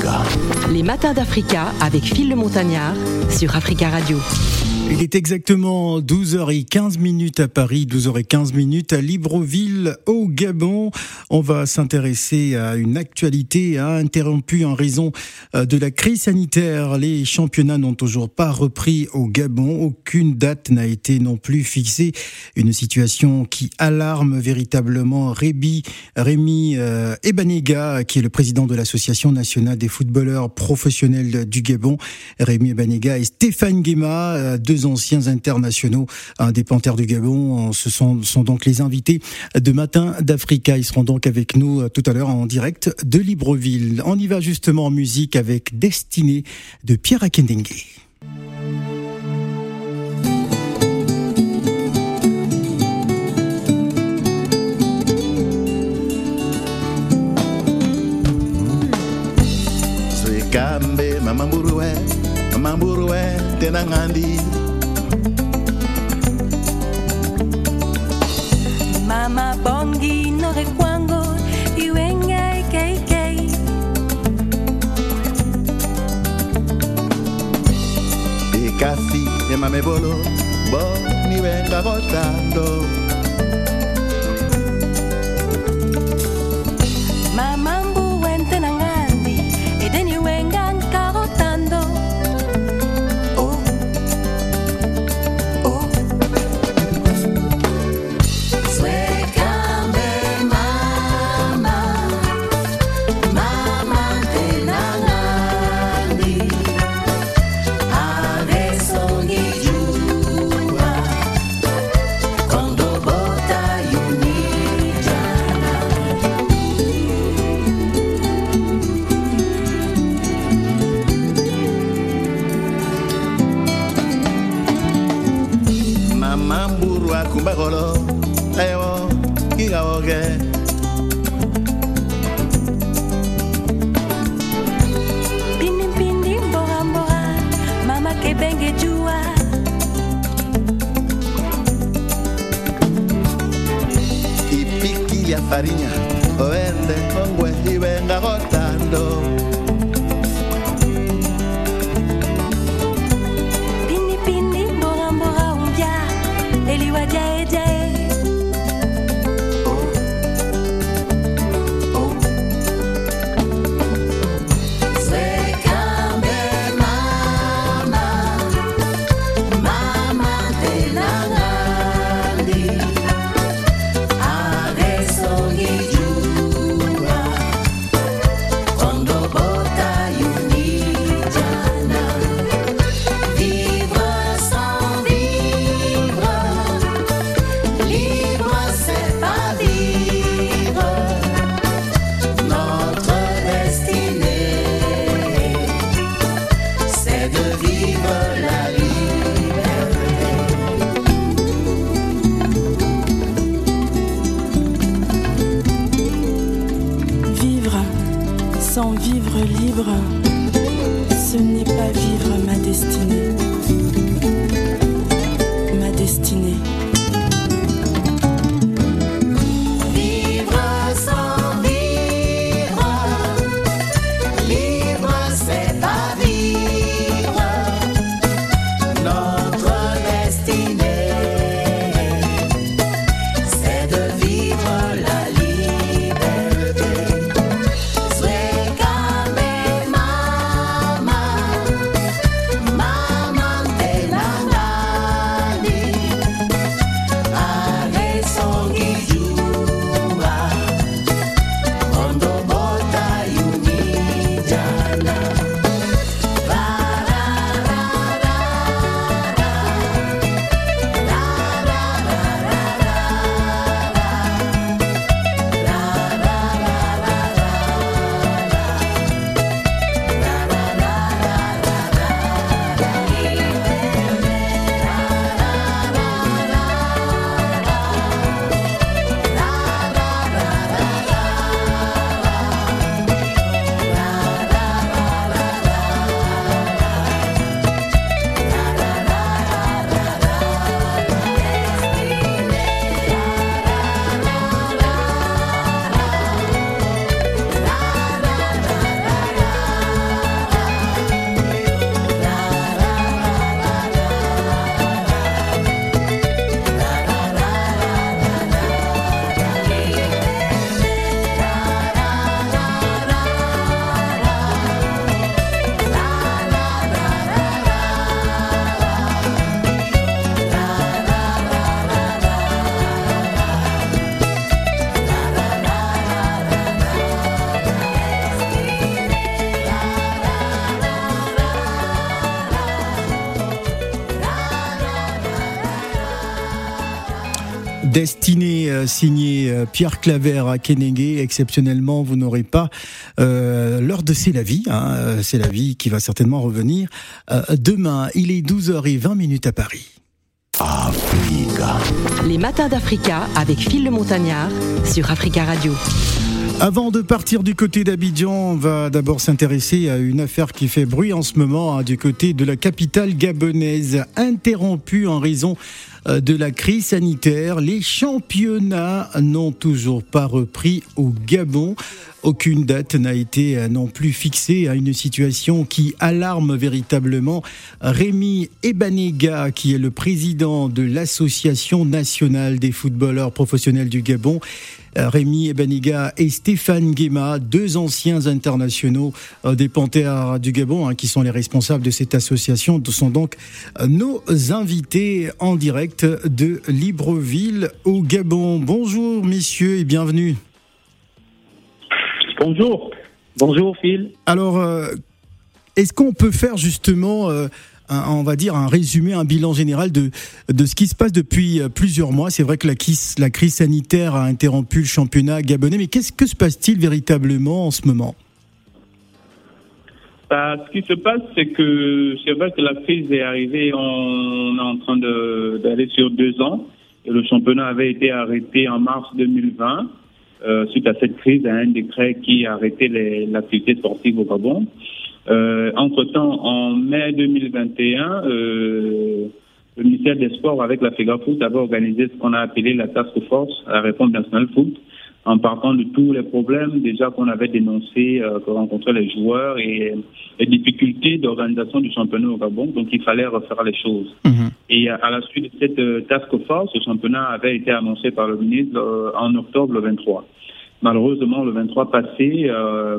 Africa. Les matins d'Africa avec Phil le Montagnard sur Africa Radio. Il est exactement 12h15 à Paris, 12h15 à Libreville, au Gabon. On va s'intéresser à une actualité interrompue en raison de la crise sanitaire. Les championnats n'ont toujours pas repris au Gabon. Aucune date n'a été non plus fixée. Une situation qui alarme véritablement Rémi Ebanega, qui est le président de l'Association nationale des footballeurs professionnels du Gabon. Rémi Ebanega et Stéphane Guéma, deux anciens internationaux des Panthères du Gabon, sont donc les invités de Matin d'Africa. Ils seront donc avec nous tout à l'heure en direct de Libreville. On y va justement en musique avec Destinée de Pierre Akendengue. Kambe mamamburuwe tenangandi Mama bongi no rekwango iwenge kei Ekasi emamebolo bo niwenga rotando Mama mbuwente nangandi edeni wenga karotando Oh Oh Swekambe mama Mama tenangandi Aresongi jua Kondo bota yunijana mamamburu akumbagolo ayo kigaoge Pindi pindi mbora mbora Mama kebenge jua ipiki ya farinya oende ongwe iwenga rotando Pindi pindi mbora mbora umbia Eliwa jae jae Swekambe mama Mama tenangandi Aresongi jua Kondo bota yunijana Vivre sans vivre Libre c'est pas vivre Notre destinée C'est de vivre la liberté Vivre sans vivre libre, ce n'est pas vivre ma destinée. Ma destinée. Vivre sans vivre Libre c'est pas vivre Notre destinée C'est de vivre la liberté Swekame mama Mama tenangani Destinée, signé Pierre Claver à Kenengue. Exceptionnellement, vous n'aurez pas l'heure de C'est la vie. C'est la vie qui va certainement revenir demain. Il est 12h20 à Paris. Africa. Les matins d'Africa avec Phil le Montagnard sur Africa Radio. Avant de partir du côté d'Abidjan, on va d'abord s'intéresser à une affaire qui fait bruit en ce moment du côté de la capitale gabonaise, interrompue en raison de la crise sanitaire. Les championnats n'ont toujours pas repris au Gabon. Aucune date n'a été non plus fixée à une situation qui alarme véritablement. Rémi Ebanega, qui est le président de l'Association nationale des footballeurs professionnels du Gabon, Rémi Ebanega et Stéphane Guéma, deux anciens internationaux des Panthères du Gabon, qui sont les responsables de cette association, sont donc nos invités en direct de Libreville au Gabon. Bonjour messieurs et bienvenue. Bonjour Phil. Alors, est-ce qu'on peut faire justement on va dire un résumé, un bilan général de ce qui se passe depuis plusieurs mois? C'est vrai que la crise sanitaire a interrompu le championnat gabonais, mais que se passe-t-il véritablement en ce moment? Ce qui se passe, c'est vrai que la crise est arrivée, on est en train d'aller sur 2 ans, et le championnat avait été arrêté en mars 2020, suite à cette crise, à un décret qui a arrêté l'activité sportive au Gabon. Entre-temps, en mai 2021, le ministère des Sports avec la FEGAFOOT avait organisé ce qu'on a appelé la Task Force à la réforme nationale foot, en partant de tous les problèmes déjà qu'on avait dénoncés, que rencontraient les joueurs et les difficultés d'organisation du championnat au Gabon. Donc il fallait refaire les choses. Et à la suite de cette Task Force, le championnat avait été annoncé par le ministre en octobre le 23. Malheureusement, le 23 passé,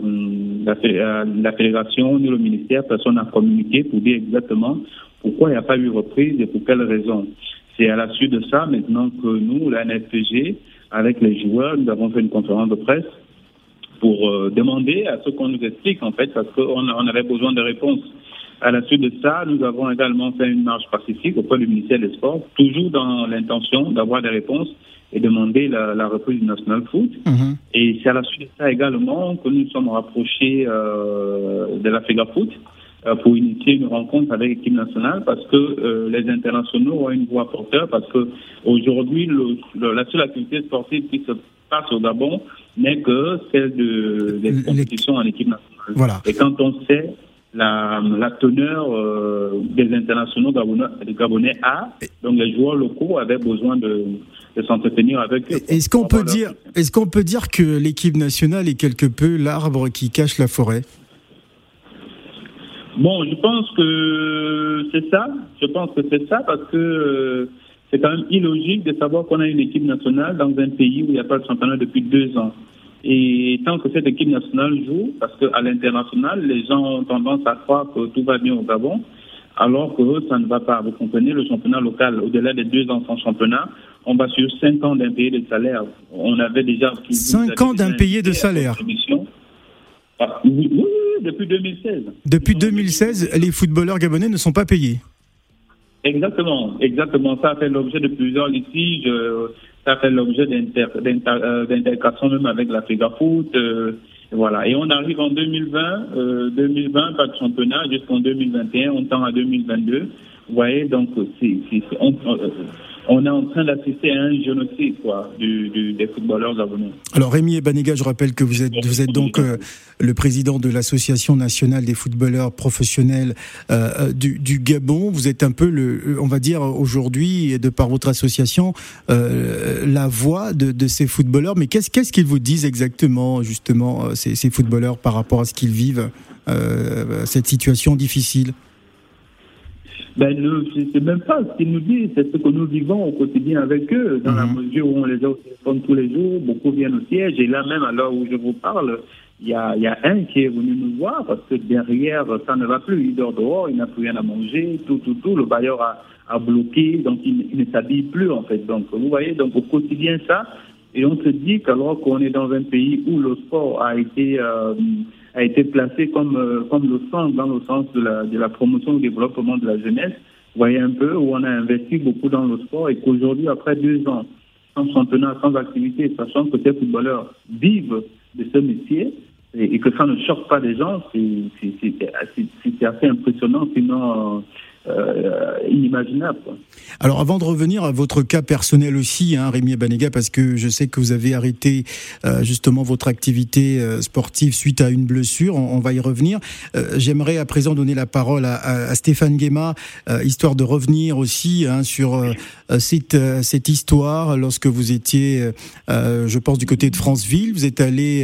la fédération ni le ministère, personne n'a communiqué pour dire exactement pourquoi il n'y a pas eu reprise et pour quelles raisons. C'est à la suite de ça maintenant que nous, la NFPG, avec les joueurs, nous avons fait une conférence de presse pour demander à ce qu'on nous explique en fait, parce qu'on avait besoin de réponses. À la suite de ça, nous avons également fait une marche pacifique auprès du ministère des Sports, toujours dans l'intention d'avoir des réponses et demander la reprise du National Foot. Et c'est à la suite de ça également que nous sommes rapprochés de la FEGAFOOT pour initier une rencontre avec l'équipe nationale, parce que les internationaux ont une voix porteur, parce que aujourd'hui la seule activité sportive qui se passe au Gabon n'est que celle des compétitions en équipe nationale. Voilà. Et quand on sait la teneur des internationaux gabonais donc les joueurs locaux avaient besoin de s'entretenir avec eux. Est-ce qu'on peut dire que l'équipe nationale est quelque peu l'arbre qui cache la forêt? Bon, je pense que c'est ça. Parce que c'est quand même illogique de savoir qu'on a une équipe nationale dans un pays où il n'y a pas de championnat depuis 2 ans. Et tant que cette équipe nationale joue, parce qu'à l'international, les gens ont tendance à croire que tout va bien au Gabon, alors que ça ne va pas. Vous comprenez, le championnat local, au-delà des 2 ans sans championnat, on va sur 5 ans d'impayés de salaire. On avait déjà... 5 ans d'impayés de salaire. Oui, depuis 2016. Depuis 2016, les footballeurs gabonais ne sont pas payés. Exactement. Ça a fait l'objet de plusieurs litiges, ça a fait l'objet d'intercations même avec la FEGAFOOT. Voilà. Et on arrive en 2020, pas de championnat, jusqu'en 2021, on tend à 2022. Vous voyez, donc on est en train d'assister à un génocide des footballeurs gabonais. Alors Rémi Ebanega, je rappelle que vous êtes donc le président de l'Association nationale des footballeurs professionnels du Gabon. Vous êtes un peu on va dire aujourd'hui, de par votre association, la voix de ces footballeurs. Mais qu'est-ce qu'ils vous disent exactement, justement, ces footballeurs, par rapport à ce qu'ils vivent, cette situation difficile? C'est même pas ce qu'ils nous disent, c'est ce que nous vivons au quotidien avec eux, dans la mesure où on les a au téléphone tous les jours, beaucoup viennent au siège, et là même à l'heure où je vous parle, il y a un qui est venu nous voir, parce que derrière, ça ne va plus, il dort dehors, il n'a plus rien à manger, tout, le bailleur a bloqué, donc il ne s'habille plus en fait. Donc vous voyez, donc au quotidien ça, et on se dit qu'alors qu'on est dans un pays où le sport a été placé comme le centre, dans le sens de la promotion et du développement de la jeunesse. Vous voyez un peu où on a investi beaucoup dans le sport et qu'aujourd'hui, après 2 ans, sans championnat, sans activité, sachant que ces footballeurs vivent de ce métier et que ça ne choque pas les gens, c'est assez impressionnant, sinon inimaginable, quoi. Alors avant de revenir à votre cas personnel aussi, Rémi Banega, parce que je sais que vous avez arrêté justement votre activité sportive suite à une blessure, on va y revenir. J'aimerais à présent donner la parole à Stéphane Guéma, histoire de revenir aussi sur cette histoire. Lorsque vous étiez, je pense, du côté de Franceville, vous êtes allé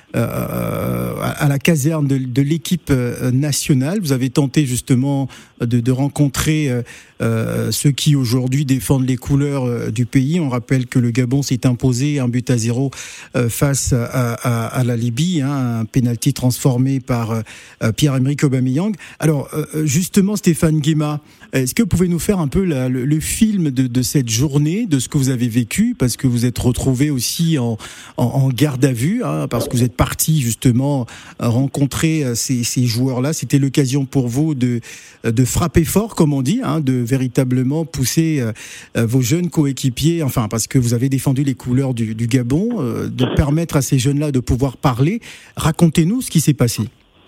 à la caserne de l'équipe nationale. Vous avez tenté justement de rencontrer ceux qui aujourd'hui défendent les couleurs du pays. On rappelle que le Gabon s'est imposé 1-0 face à la Libye, un penalty transformé par Pierre-Emerick Aubameyang. Alors justement, Stéphane Guéma, est-ce que vous pouvez nous faire un peu le film de cette journée, de ce que vous avez vécu, parce que vous êtes retrouvé aussi en garde à vue, parce que vous êtes parti justement rencontrer ces joueurs-là. C'était l'occasion pour vous de frapper fort, comme on dit, de véritablement pousser vos jeunes coéquipiers, parce que vous avez défendu les couleurs du Gabon, de permettre à ces jeunes-là de pouvoir parler. Racontez-nous ce qui s'est passé.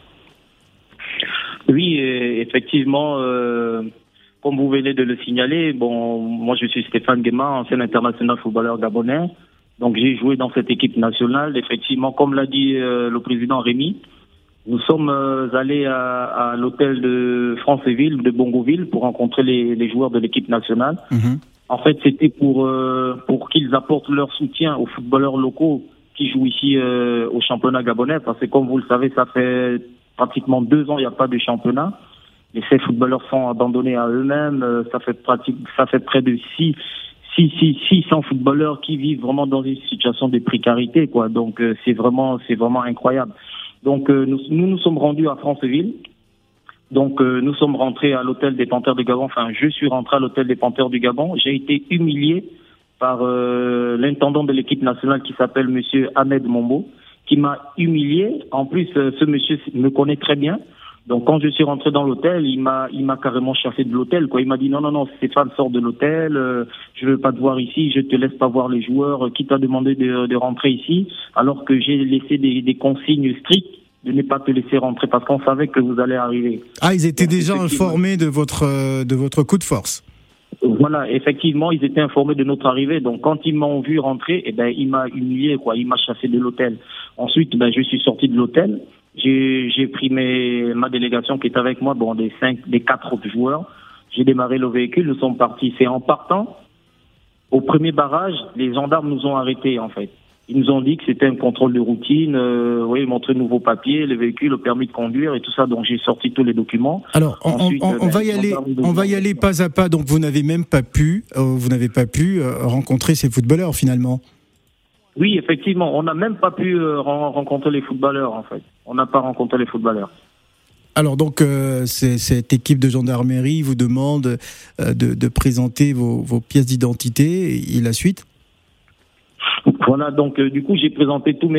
Oui, effectivement, comme vous venez de le signaler, moi je suis Stéphane Guéma, ancien international footballeur gabonais. Donc j'ai joué dans cette équipe nationale. Effectivement, comme l'a dit le président Rémi, nous sommes allés à l'hôtel de Franceville, de Bongoville, pour rencontrer les joueurs de l'équipe nationale. Mmh. En fait, c'était pour qu'ils apportent leur soutien aux footballeurs locaux qui jouent ici au championnat gabonais, parce que comme vous le savez, ça fait pratiquement 2 ans, il n'y a pas de championnat. Et ces footballeurs sont abandonnés à eux-mêmes. Ça fait près de 600 footballeurs qui vivent vraiment dans une situation de précarité, quoi. Donc c'est vraiment incroyable. Donc nous sommes rendus à Franceville. Donc nous sommes rentrés à l'hôtel des Panthères du Gabon. Je suis rentré à l'hôtel des Panthères du Gabon. J'ai été humilié par l'intendant de l'équipe nationale qui s'appelle monsieur Ahmed Mombo, qui m'a humilié. En plus, ce monsieur me connaît très bien. Donc quand je suis rentré dans l'hôtel, il m'a carrément chassé de l'hôtel, quoi. Il m'a dit non, Stéphane, sors de l'hôtel, je veux pas te voir ici, je te laisse pas voir les joueurs, qui t'a demandé de rentrer ici, alors que j'ai laissé des consignes strictes de ne pas te laisser rentrer parce qu'on savait que vous allez arriver. Ah, ils étaient déjà informés de votre coup de force. Voilà, effectivement, ils étaient informés de notre arrivée. Donc, quand ils m'ont vu rentrer, il m'a humilié, quoi. Il m'a chassé de l'hôtel. Ensuite, je suis sorti de l'hôtel. J'ai pris ma délégation qui est avec moi, des 4 autres joueurs. J'ai démarré le véhicule, nous sommes partis. C'est en partant, au premier barrage, les gendarmes nous ont arrêtés, en fait. Ils nous ont dit que c'était un contrôle de routine, montrer de nouveaux papiers, le véhicule, le permis de conduire et tout ça. Donc j'ai sorti tous les documents. Alors ensuite, on va y aller pas à pas. Donc vous n'avez pas pu rencontrer ces footballeurs finalement. Oui, effectivement, on n'a même pas pu rencontrer les footballeurs en fait. On n'a pas rencontré les footballeurs. Alors donc cette équipe de gendarmerie vous demande de présenter vos pièces d'identité et la suite. Voilà, donc du coup j'ai présenté tous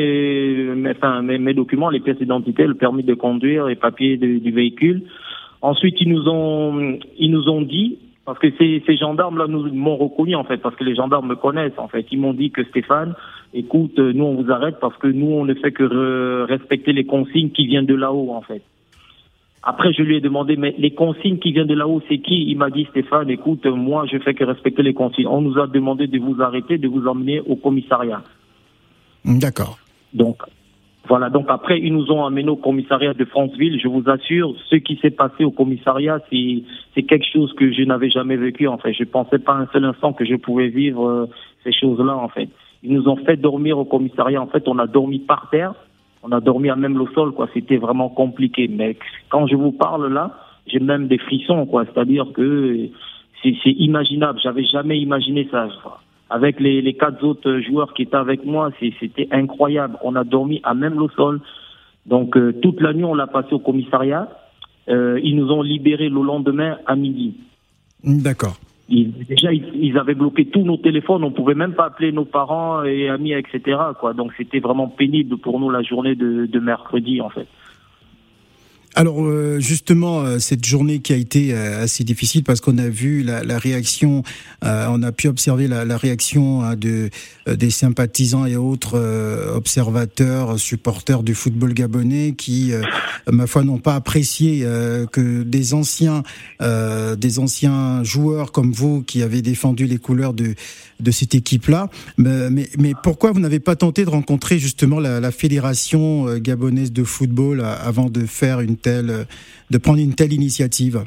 mes documents, les pièces d'identité, le permis de conduire, les papiers du véhicule. Ensuite ils nous ont dit, parce que ces gendarmes là m'ont reconnu en fait, parce que les gendarmes me connaissent en fait. Ils m'ont dit que Stéphane, écoute, nous on vous arrête parce que nous on ne fait que respecter les consignes qui viennent de là-haut en fait. Après, je lui ai demandé, mais les consignes qui viennent de là-haut, c'est qui? Il m'a dit, Stéphane, écoute, moi, je fais que respecter les consignes. On nous a demandé de vous arrêter, de vous emmener au commissariat. D'accord. Donc, voilà. Donc, après, ils nous ont amenés au commissariat de Franceville. Je vous assure, ce qui s'est passé au commissariat, c'est quelque chose que je n'avais jamais vécu, en fait. Je pensais pas un seul instant que je pouvais vivre ces choses-là, en fait. Ils nous ont fait dormir au commissariat. En fait, on a dormi par terre. On a dormi à même le sol, quoi. C'était vraiment compliqué. Mais quand je vous parle là, j'ai même des frissons, quoi. C'est-à-dire que c'est imaginable. J'avais jamais imaginé ça. Avec les 4 autres joueurs qui étaient avec moi, c'était incroyable. On a dormi à même le sol. Donc toute la nuit, on l'a passé au commissariat. Ils nous ont libérés le lendemain à midi. D'accord. Ils avaient bloqué tous nos téléphones, on pouvait même pas appeler nos parents et amis, etc., quoi. Donc c'était vraiment pénible pour nous la journée de mercredi, en fait. Alors justement, cette journée qui a été assez difficile parce qu'on a vu la réaction, on a pu observer la réaction des sympathisants et autres observateurs, supporters du football gabonais qui, ma foi, n'ont pas apprécié que des anciens joueurs comme vous qui avez défendu les couleurs de cette équipe-là. Mais pourquoi vous n'avez pas tenté de rencontrer justement la fédération gabonaise de football avant de faire de prendre une telle initiative?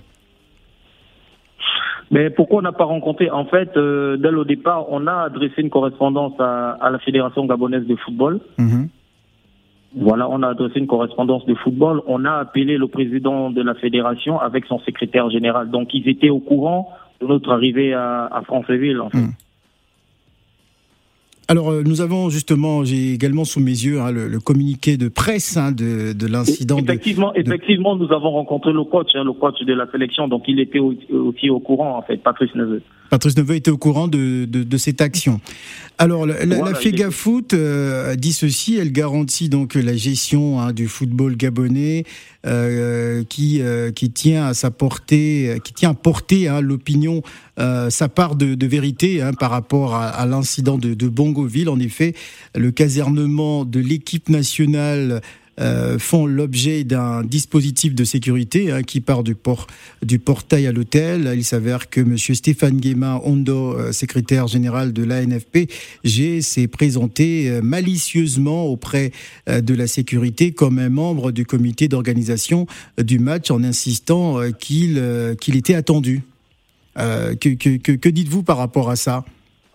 Mais pourquoi on n'a pas rencontré? En fait, dès le départ, on a adressé une correspondance à la Fédération gabonaise de football. Mm-hmm. Voilà, on a adressé une correspondance de football. On a appelé le président de la fédération avec son secrétaire général. Donc, ils étaient au courant de notre arrivée à Franceville, en fait. Mm. Alors, nous avons justement, j'ai également sous mes yeux le communiqué de presse de l'incident. Effectivement, nous avons rencontré le coach de la sélection, donc il était aussi au courant, en fait, Patrice Neveu. Patrice Neveu était au courant de cette action. Alors, la FEGAFoot dit ceci, elle garantit donc la gestion du football gabonais qui tient à porter l'opinion, sa part de vérité par rapport à l'incident de Bongoville. En effet, le casernement de l'équipe nationale font l'objet d'un dispositif de sécurité qui part du portail à l'hôtel. Il s'avère que M. Stéphane Guéma Ondo, secrétaire général de l'ANFP-G, s'est présenté malicieusement auprès de la sécurité comme un membre du comité d'organisation du match en insistant qu'il était attendu. Que dites-vous par rapport à ça ?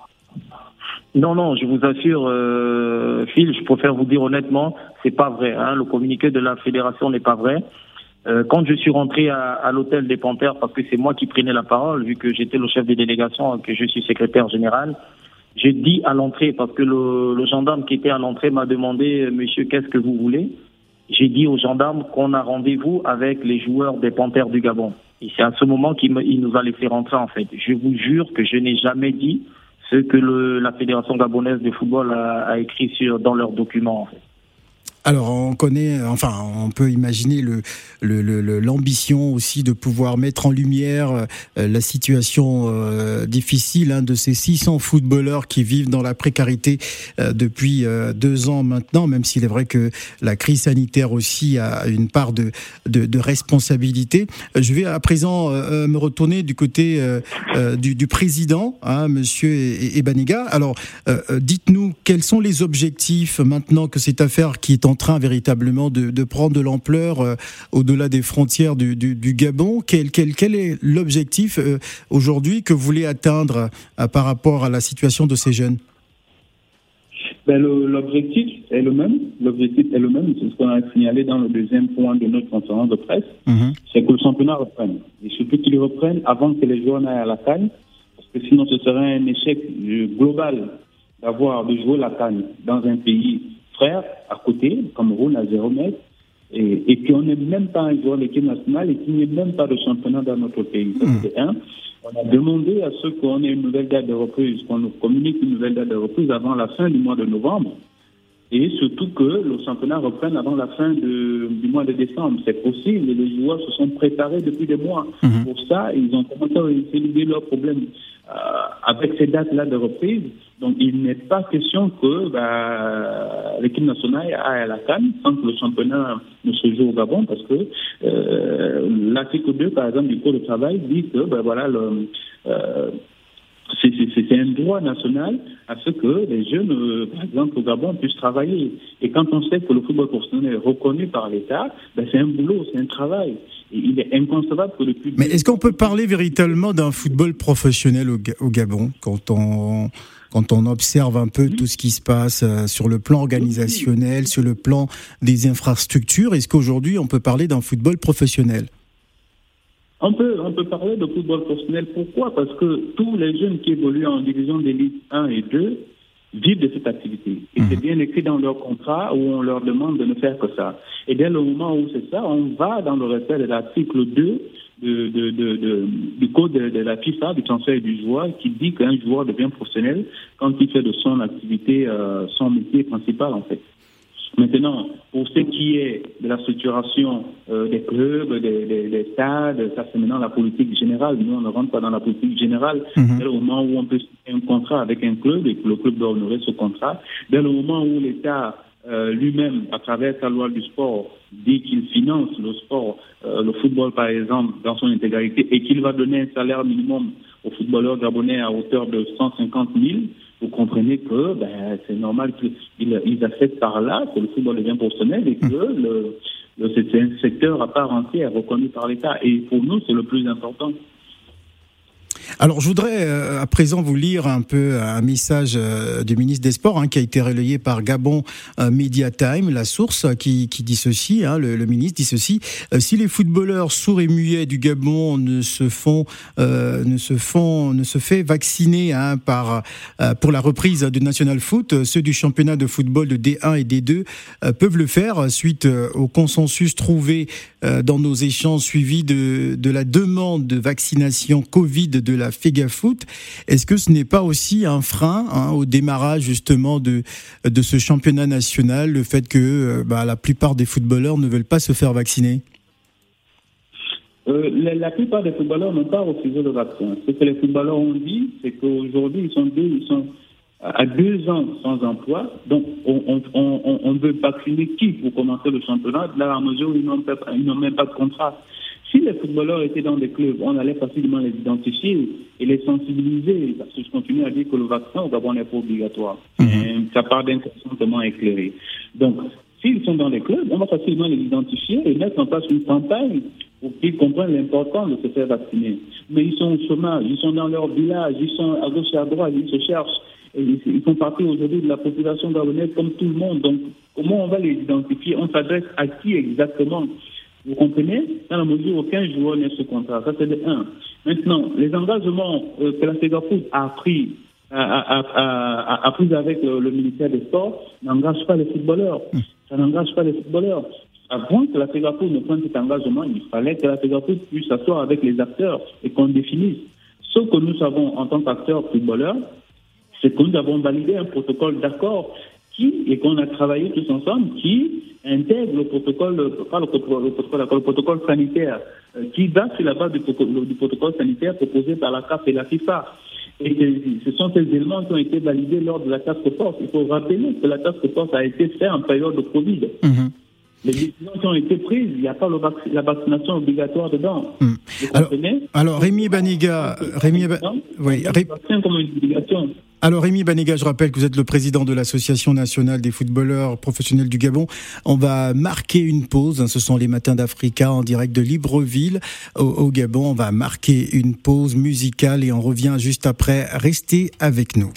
Non, je vous assure, Phil, je préfère vous dire honnêtement, c'est pas vrai. Le communiqué de la fédération n'est pas vrai. Quand je suis rentré à l'hôtel des Panthères, parce que c'est moi qui prenais la parole, vu que j'étais le chef de délégation, que je suis secrétaire général, j'ai dit à l'entrée, parce que le gendarme qui était à l'entrée m'a demandé, monsieur, qu'est-ce que vous voulez ? J'ai dit au gendarme qu'on a rendez-vous avec les joueurs des Panthères du Gabon. Et c'est à ce moment qu'il nous a laissé rentrer, en fait. Je vous jure que je n'ai jamais dit ce que la Fédération gabonaise de football a écrit dans leurs documents, en fait. Alors, on peut imaginer l'ambition aussi de pouvoir mettre en lumière la situation difficile de ces 600 footballeurs qui vivent dans la précarité depuis 2 ans maintenant, même s'il est vrai que la crise sanitaire aussi a une part de responsabilité. Je vais à présent me retourner du côté du président, monsieur Ebanega. Alors, dites-nous quels sont les objectifs maintenant que cette affaire qui est en train véritablement de prendre de l'ampleur au-delà des frontières du Gabon. Quel est l'objectif aujourd'hui que vous voulez atteindre par rapport à la situation de ces jeunes ? L'objectif est le même. C'est ce qu'on a signalé dans le deuxième point de notre conférence de presse. C'est que le championnat reprenne. Et surtout qu'il reprenne avant que les joueurs n'aillent à la CAN, parce que sinon ce serait un échec global de jouer la CAN dans un pays frère à côté, Cameroun à 0 mètres, et qu'on n'ait même pas un joueur de l'équipe nationale et qu'il n'y ait même pas de championnat dans notre pays. Ça, c'est un. On a demandé à ceux qu'on ait une nouvelle date de reprise, qu'on nous communique une nouvelle date de reprise avant la fin du mois de novembre, et surtout que le championnat reprenne avant la fin du mois de décembre. C'est possible, et les joueurs se sont préparés depuis des mois. Pour ça, ils ont commencé à éluder leurs problèmes avec ces dates-là de reprise. Donc, il n'est pas question que l'équipe nationale aille à la CAN sans que le championnat ne se joue au Gabon, parce que l'article 2, par exemple, du Code de travail dit que c'est un droit national à ce que les jeunes, par exemple, au Gabon, puissent travailler. Et quand on sait que le football professionnel est reconnu par l'État, c'est un boulot, c'est un travail. Et il est inconcevable que depuis... Mais est-ce qu'on peut parler véritablement d'un football professionnel au Gabon quand on observe un peu tout ce qui se passe sur le plan organisationnel, sur le plan des infrastructures? Est-ce qu'aujourd'hui, on peut parler d'un football professionnel? On peut parler de football professionnel. Pourquoi ? Parce que tous les jeunes qui évoluent en division d'élite 1 et 2 vivent de cette activité. Et c'est bien écrit dans leur contrat où on leur demande de ne faire que ça. Et dès le moment où c'est ça, on va dans le respect de l'article 2 du code de la FIFA, du transfert du joueur, qui dit qu'un joueur devient professionnel quand il fait de son activité son métier principal, en fait. Maintenant, pour ce qui est de la structuration des clubs, des stades, ça c'est maintenant la politique générale. Nous, on ne rentre pas dans la politique générale. Dès le moment où on peut signer un contrat avec un club et que le club doit honorer ce contrat, dès le moment où l'État lui-même, à travers sa loi du sport, dit qu'il finance le sport, le football par exemple, dans son intégralité, et qu'il va donner un salaire minimum aux footballeurs gabonais à hauteur de 150 000, vous comprenez que c'est normal qu'ils acceptent par là que le football devient professionnel et que c'est un secteur à part entière reconnu par l'État. Et pour nous, c'est le plus important. Alors, je voudrais à présent vous lire un peu un message du ministre des Sports qui a été relayé par Gabon Media Time, la source qui dit ceci, le ministre dit ceci: si les footballeurs sourds et muets du Gabon ne se fait vacciner pour la reprise du National Foot, ceux du championnat de football de D1 et D2 peuvent le faire suite au consensus trouvé dans nos échanges suivis de la demande de vaccination Covid de la FEGAFOOT. Est-ce que ce n'est pas aussi un frein au démarrage justement de ce championnat national, le fait que la plupart des footballeurs ne veulent pas se faire vacciner? La plupart des footballeurs n'ont pas refusé le vaccin. Ce que les footballeurs ont dit, c'est qu'aujourd'hui, ils sont à 2 ans sans emploi. Donc, on veut vacciner qui pour commencer le championnat, là, à mesure où ils n'ont même pas de contrat. Si les footballeurs étaient dans des clubs, on allait facilement les identifier et les sensibiliser, parce que je continue à dire que le vaccin au Gabon n'est pas obligatoire. Ça part d'un consentement éclairé. Donc, s'ils sont dans des clubs, on va facilement les identifier et mettre en place une campagne pour qu'ils comprennent l'importance de se faire vacciner. Mais ils sont au chômage, ils sont dans leur village, ils sont à gauche et à droite, ils se cherchent. Ils font partie aujourd'hui de la population gabonaise comme tout le monde. Donc, comment on va les identifier? On s'adresse à qui exactement? Vous comprenez? Dans la mesure où aucun joueur n'est sous contrat. Ça, c'est de 1. Maintenant, les engagements que la FEGAFOOT a pris avec le ministère des Sports n'engagent pas les footballeurs. Ça n'engage pas les footballeurs. Avant que la FEGAFOOT ne prenne cet engagement, il fallait que la FEGAFOOT puisse s'asseoir avec les acteurs et qu'on définisse. Ce que nous savons en tant qu'acteurs footballeurs, c'est que nous avons validé un protocole d'accord et qu'on a travaillé tous ensemble, qui intègre le protocole sanitaire, qui va sur la base du protocole sanitaire proposé par la CAF et la FIFA. Et ce sont ces éléments qui ont été validés lors de la task force. Il faut rappeler que la task force a été faite en période de Covid. Les décisions qui ont été prises, il n'y a pas la vaccination obligatoire dedans. Alors Rémi Banega, comme une obligation. Alors Rémi Banega, je rappelle que vous êtes le président de l'Association nationale des footballeurs professionnels du Gabon. On va marquer une pause, ce sont les Matins d'Africa en direct de Libreville au Gabon. On va marquer une pause musicale et on revient juste après. Restez avec nous.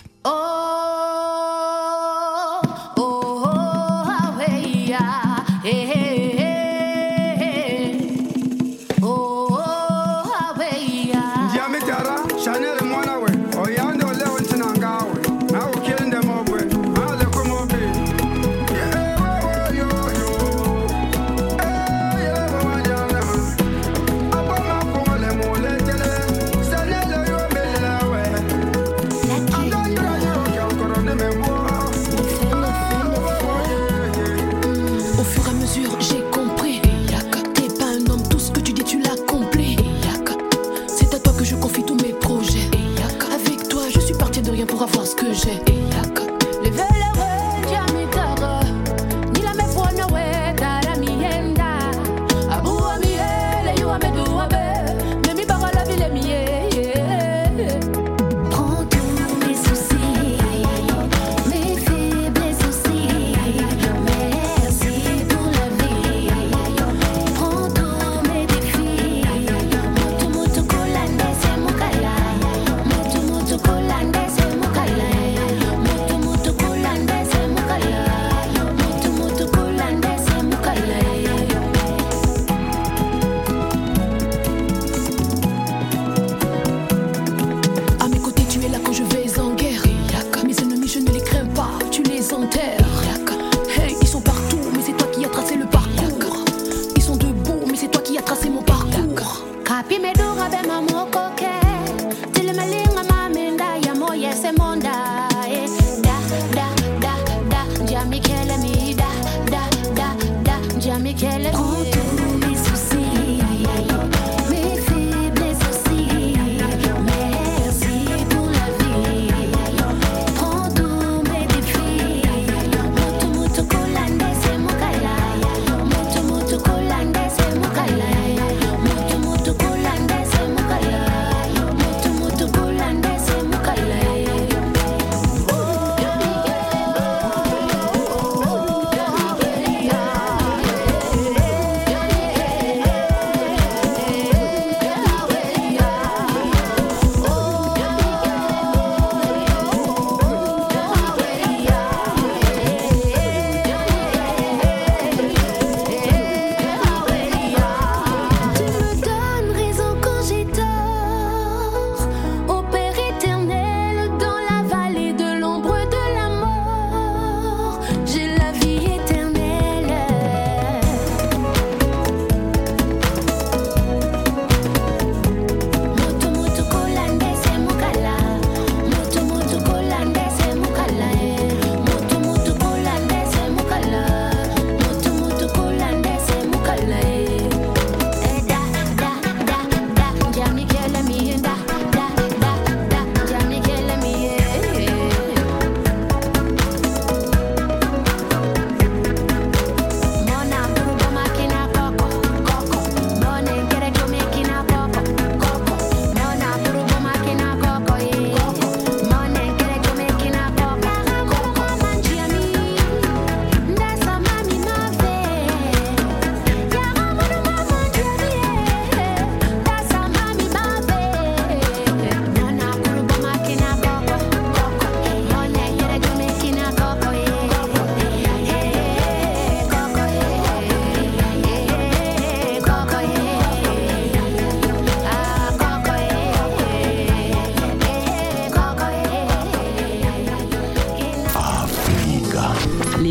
Da, da, da, da, Jamie Kelly me da, da.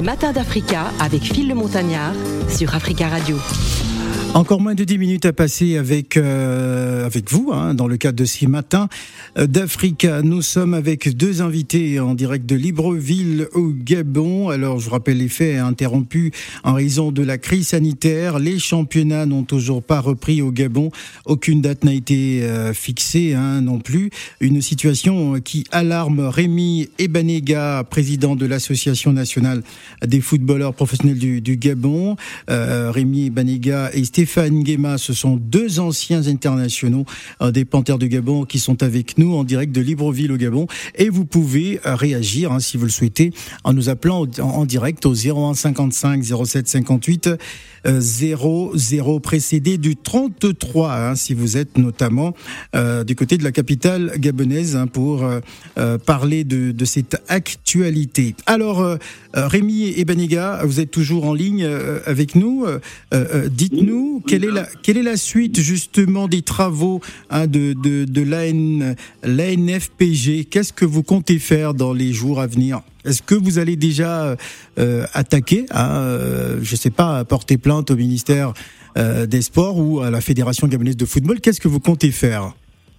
Les Matins d'Africa avec Phil le Montagnard sur Africa Radio. Encore moins de 10 minutes à passer avec vous, dans le cadre de ces matins d'Africa. Nous sommes avec deux invités en direct de Libreville au Gabon. Alors, je vous rappelle les faits interrompus en raison de la crise sanitaire. Les championnats n'ont toujours pas repris au Gabon. Aucune date n'a été fixée non plus. Une situation qui alarme Rémi Ebanega, président de l'Association nationale des footballeurs professionnels du Gabon. Rémi Ebanega et Stéphane Nguema, ce sont deux anciens internationaux des Panthères du Gabon qui sont avec nous en direct de Libreville au Gabon. Et vous pouvez réagir si vous le souhaitez en nous appelant en direct au 01 55 07 58 00 précédé du 33 si vous êtes notamment du côté de la capitale gabonaise pour parler de cette actualité. Alors Rémi Ebanega, vous êtes toujours en ligne avec nous. Dites-nous quelle est la suite justement des travaux de l'ANFPG. Qu'est-ce que vous comptez faire dans les jours à venir? Est-ce que vous allez déjà attaquer, je sais pas, porter plainte au ministère des Sports ou à la Fédération gabonaise de football? Qu'est-ce que vous comptez faire?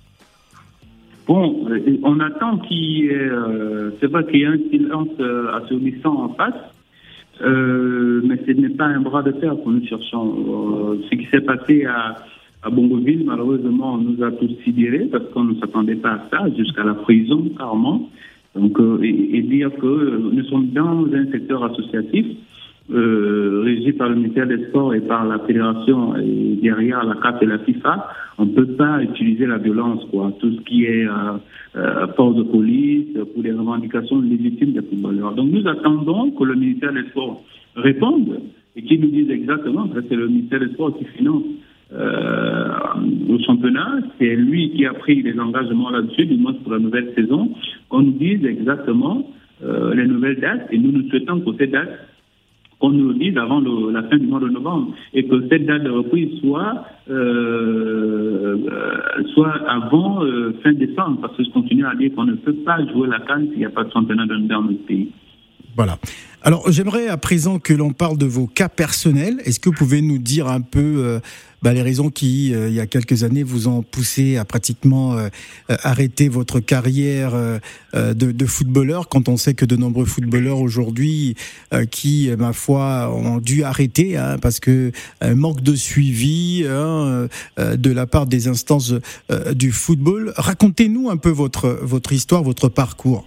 Bon, on attend c'est vrai qu'il y a un silence assourdissant en face, mais ce n'est pas un bras de fer que nous cherchons. Ce qui s'est passé à Bongoville, malheureusement, on nous a tous sidérés parce qu'on ne s'attendait pas à ça, jusqu'à la prison, carrément. Donc, et dire que nous sommes dans un secteur associatif régi par le ministère des Sports et par la fédération et derrière la CAF et la FIFA, on ne peut pas utiliser la violence, tout ce qui est force de police pour les revendications légitimes des footballeurs. Donc nous attendons que le ministère des Sports réponde et qu'il nous dise exactement, parce que c'est le ministère des Sports qui finance au championnat, c'est lui qui a pris les engagements là-dessus, du moins pour la nouvelle saison, qu'on nous dise exactement les nouvelles dates, et nous souhaitons que ces dates, qu'on nous dise avant la fin du mois de novembre, et que cette date de reprise soit avant fin décembre, parce que je continue à dire qu'on ne peut pas jouer la CAN s'il n'y a pas de championnat dans notre pays. Voilà. Alors, j'aimerais à présent que l'on parle de vos cas personnels. Est-ce que vous pouvez nous dire un peu les raisons qui, il y a quelques années, vous ont poussé à pratiquement arrêter votre carrière de footballeur, quand on sait que de nombreux footballeurs aujourd'hui qui, ma foi, ont dû arrêter parce que manque de suivi de la part des instances du football. Racontez-nous un peu votre histoire, votre parcours.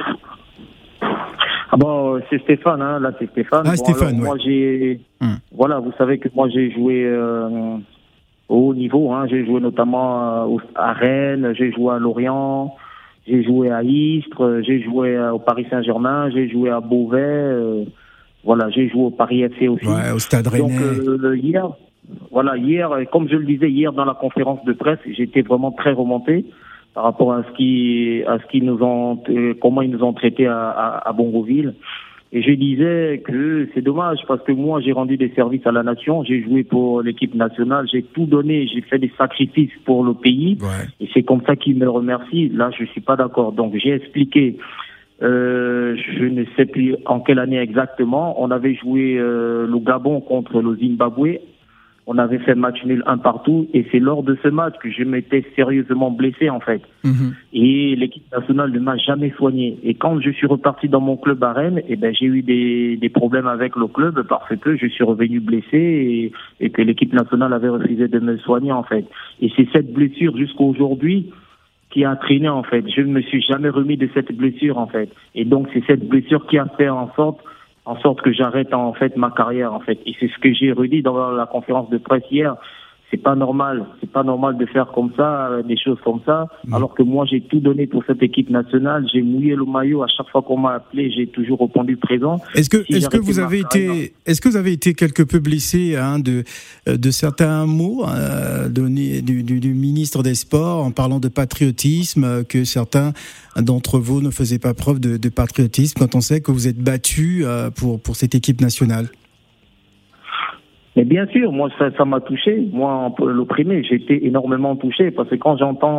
Bon, c'est Stéphane, là c'est Stéphane. Ah, bon, Stéphane, alors, moi vous savez que moi j'ai joué au haut niveau, j'ai joué notamment à Rennes, j'ai joué à Lorient, j'ai joué à Istres, j'ai joué au Paris Saint-Germain, j'ai joué à Beauvais, j'ai joué au Paris FC aussi. Ouais, au Stade Rennais. Donc hier, comme je le disais hier dans la conférence de presse, j'étais vraiment très remonté par rapport à comment ils nous ont traités à Bongoville. Et je disais que c'est dommage parce que moi, j'ai rendu des services à la nation, j'ai joué pour l'équipe nationale, j'ai tout donné, j'ai fait des sacrifices pour le pays. Ouais. Et c'est comme ça qu'ils me remercient. Là, je suis pas d'accord. Donc, j'ai expliqué, je ne sais plus en quelle année exactement, on avait joué le Gabon contre le Zimbabwe. On avait fait match nul 1-1 et c'est lors de ce match que je m'étais sérieusement blessé en fait. Mm-hmm. Et l'équipe nationale ne m'a jamais soigné. Et quand je suis reparti dans mon club à Rennes, j'ai eu des problèmes avec le club parce que je suis revenu blessé et que l'équipe nationale avait refusé de me soigner en fait. Et c'est cette blessure jusqu'à aujourd'hui qui a traîné en fait. Je ne me suis jamais remis de cette blessure en fait. Et donc c'est cette blessure qui a fait en sorte que j'arrête en fait ma carrière en fait. Et c'est ce que j'ai redit dans la conférence de presse hier. C'est pas normal de faire comme ça, des choses comme ça, alors que moi j'ai tout donné pour cette équipe nationale, j'ai mouillé le maillot à chaque fois qu'on m'a appelé, j'ai toujours répondu présent. Est-ce que vous avez été quelque peu blessé de certains mots du ministre des Sports en parlant de patriotisme, que certains d'entre vous ne faisaient pas preuve de patriotisme quand on sait que vous êtes battu pour cette équipe nationale? Mais bien sûr, moi ça m'a touché. Moi, le premier, j'ai été énormément touché parce que quand j'entends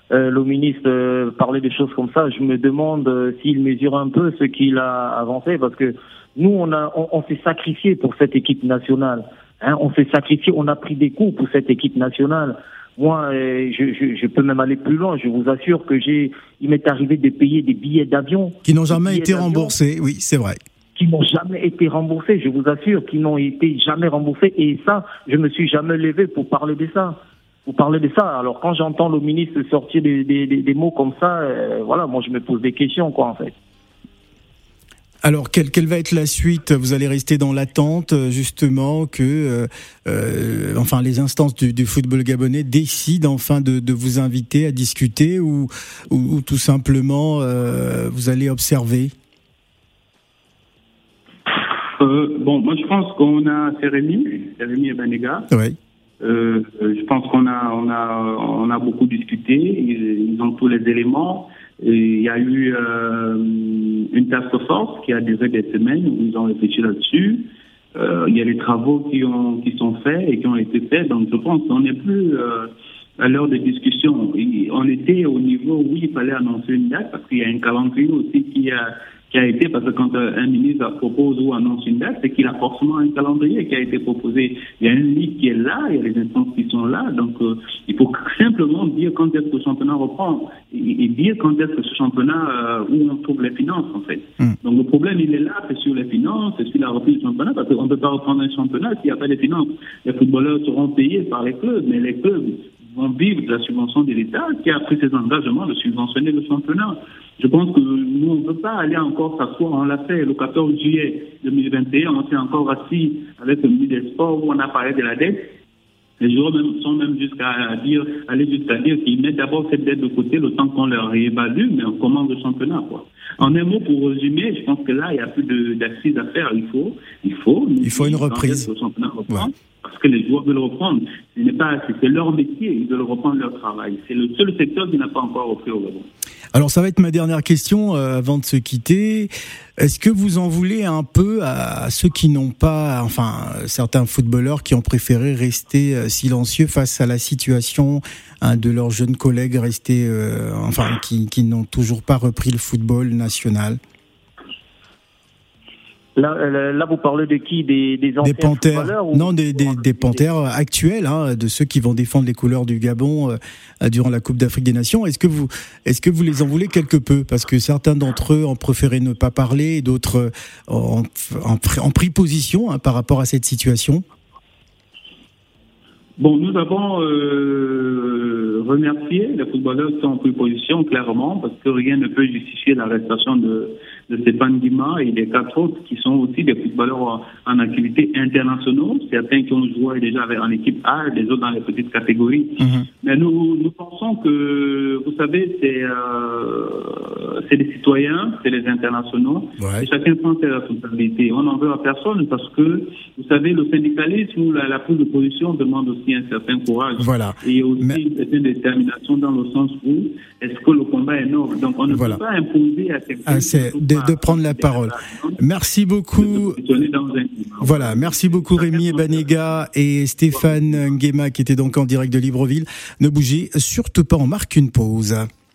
le ministre parlait des choses comme ça, je me demande s'il mesure un peu ce qu'il a avancé, parce que nous, on s'est sacrifié pour cette équipe nationale. On s'est sacrifié, on a pris des coups pour cette équipe nationale. Moi, je peux même aller plus loin. Je vous assure que il m'est arrivé de payer des billets d'avion. Qui n'ont jamais été remboursés, oui, c'est vrai. Qui n'ont jamais été remboursés, je vous assure, qui n'ont été jamais remboursés. Et ça, je me suis jamais levé pour parler de ça. Alors, quand j'entends le ministre sortir des mots comme ça, voilà, moi, je me pose des questions, quoi, en fait. Alors, quelle va être la suite ? Vous allez rester dans l'attente, justement, que les instances du football gabonais décident enfin de vous inviter à discuter ou tout simplement vous allez observer ? Moi je pense qu'on a Rémi et Banega. Oui. Je pense qu'on a beaucoup discuté. Ils ont tous les éléments. Il y a eu une task force qui a duré des semaines où ils ont réfléchi là-dessus. Il y a les travaux qui sont faits et qui ont été faits. Donc je pense qu'on n'est plus à l'heure de discussion. On était au niveau où il fallait annoncer une date parce qu'il y a un calendrier aussi qui a été, parce que quand un ministre propose ou annonce une date, c'est qu'il a forcément un calendrier qui a été proposé. Il y a une ligue qui est là, il y a les instances qui sont là, donc il faut simplement dire quand est-ce que le championnat reprend et dire quand est-ce que ce championnat, où on trouve les finances en fait. Donc le problème il est là, c'est sur les finances, c'est sur la reprise du championnat, parce qu'on ne peut pas reprendre un championnat s'il n'y a pas de finances. Les footballeurs seront payés par les clubs, mais les clubs vont vivre de la subvention de l'État qui a pris ses engagements de subventionner le championnat. Je pense que nous, on ne peut pas aller encore s'asseoir. On l'a fait le 14 juillet 2021. On s'est encore assis avec le ministre des Sports où on a parlé de la dette. Les joueurs sont même jusqu'à dire qu'ils mettent d'abord cette dette de côté le temps qu'on leur réévalue, mais on commence le championnat, quoi. En un mot, pour résumer, je pense que là, il n'y a plus d'assises à faire. Il faut une reprise. Le championnat reprend, parce que les joueurs veulent reprendre. C'est leur métier, ils veulent reprendre leur travail. C'est le seul secteur qui n'a pas encore repris au Gabon. Alors ça va être ma dernière question avant de se quitter. Est-ce que vous en voulez un peu à ceux qui n'ont pas, certains footballeurs qui ont préféré rester silencieux face à la situation de leurs jeunes collègues restés, qui n'ont toujours pas repris le football national? Là, vous parlez de qui? Des anciens footballeurs Non, des Panthères actuels, de ceux qui vont défendre les couleurs du Gabon durant la Coupe d'Afrique des Nations. Est-ce que vous les en voulez quelque peu? Parce que certains d'entre eux ont préféré ne pas parler, et d'autres ont pris position par rapport à cette situation. Bon, nous avons remercié les footballeurs qui ont pris position, clairement, parce que rien ne peut justifier l'arrestation de Stéphane Guima et des 4 autres qui sont aussi des footballeurs en activité internationaux, certains qui ont joué déjà en équipe A, les autres dans les petites catégories. Mais nous pensons que, vous savez, c'est les citoyens, c'est les internationaux, et chacun prend ses responsabilités. On n'en veut à personne parce que, vous savez, le syndicalisme ou la prise de position demande aussi un certain courage. Et aussi une certaine détermination dans le sens où est-ce que le combat est noble. Donc on ne peut pas imposer à quelqu'un de prendre la parole. Merci beaucoup. Merci beaucoup Rémi Banega et Stéphane Nguema qui étaient donc en direct de Libreville. Ne bougez surtout pas, on marque une pause.